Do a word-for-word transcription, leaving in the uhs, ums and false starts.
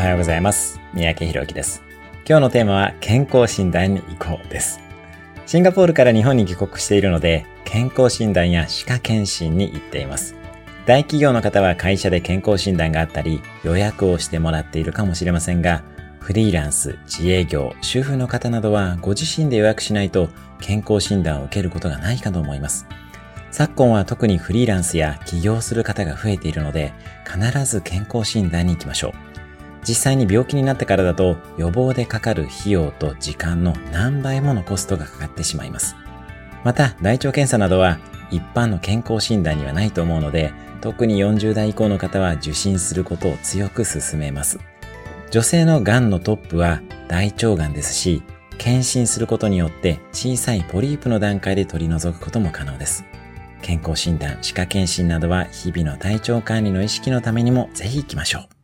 はようございます。三宅宏之です。今日のテーマは健康診断に行こうです。シンガポールから日本に帰国しているので、健康診断や歯科検診に行っています。大企業の方は会社で健康診断があったり、予約をしてもらっているかもしれませんが、フリーランス、自営業、主婦の方などはご自身で予約しないと健康診断を受けることがないかと思います。昨今は特にフリーランスや起業する方が増えているので、必ず健康診断に行きましょう。実際に病気になってからだと予防でかかる費用と時間の何倍ものコストがかかってしまいます。また大腸検査などは一般の健康診断にはないと思うので、特によんじゅう代以降の方は受診することを強く勧めます。女性のがんのトップは大腸がんですし、検診することによって小さいポリープの段階で取り除くことも可能です。健康診断、歯科検診などは日々の体調管理の意識のためにもぜひ行きましょう。